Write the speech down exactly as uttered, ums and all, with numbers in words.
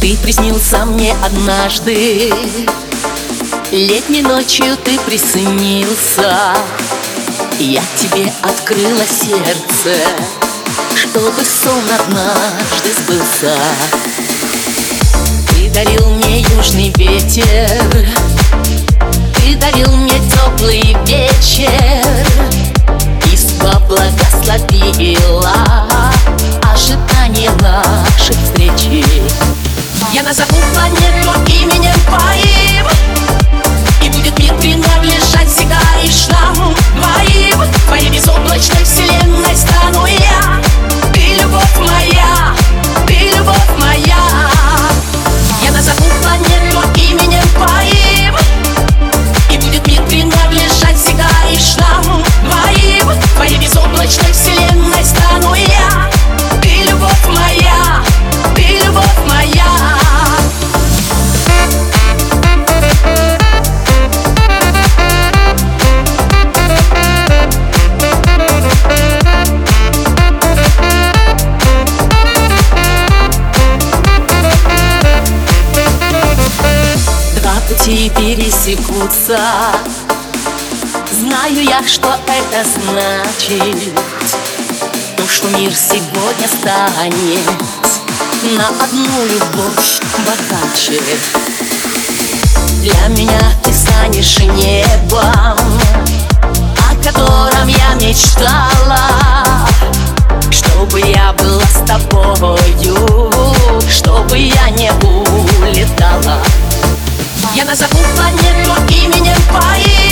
Ты приснился мне однажды, летней ночью ты приснился. Я тебе открыла сердце, чтобы сон однажды сбылся. Ты дарил мне южный ветер, ты дарил мне теплый вечер, Изба благословила ожидание нашей встречи. Я назову планету именем твоим, и будет мир принадлежать всегда лишь нам двоим. В твоей безоблачной вселенной стану я. Ты любовь моя, ты любовь моя. Я назову планету именем твоим, и будет мир принадлежать всегда лишь нам двоим. В твоей безоблачной вселенной стану я. Ты любовь моя, ты любовь моя. Пути пересекутся, знаю я, что это значит. То, что мир сегодня станет на одну любовь богаче. Для меня ты станешь небом, о котором я мечтала, чтобы я была с тобою, чтобы я не улетала. Я назову планету именем твоим,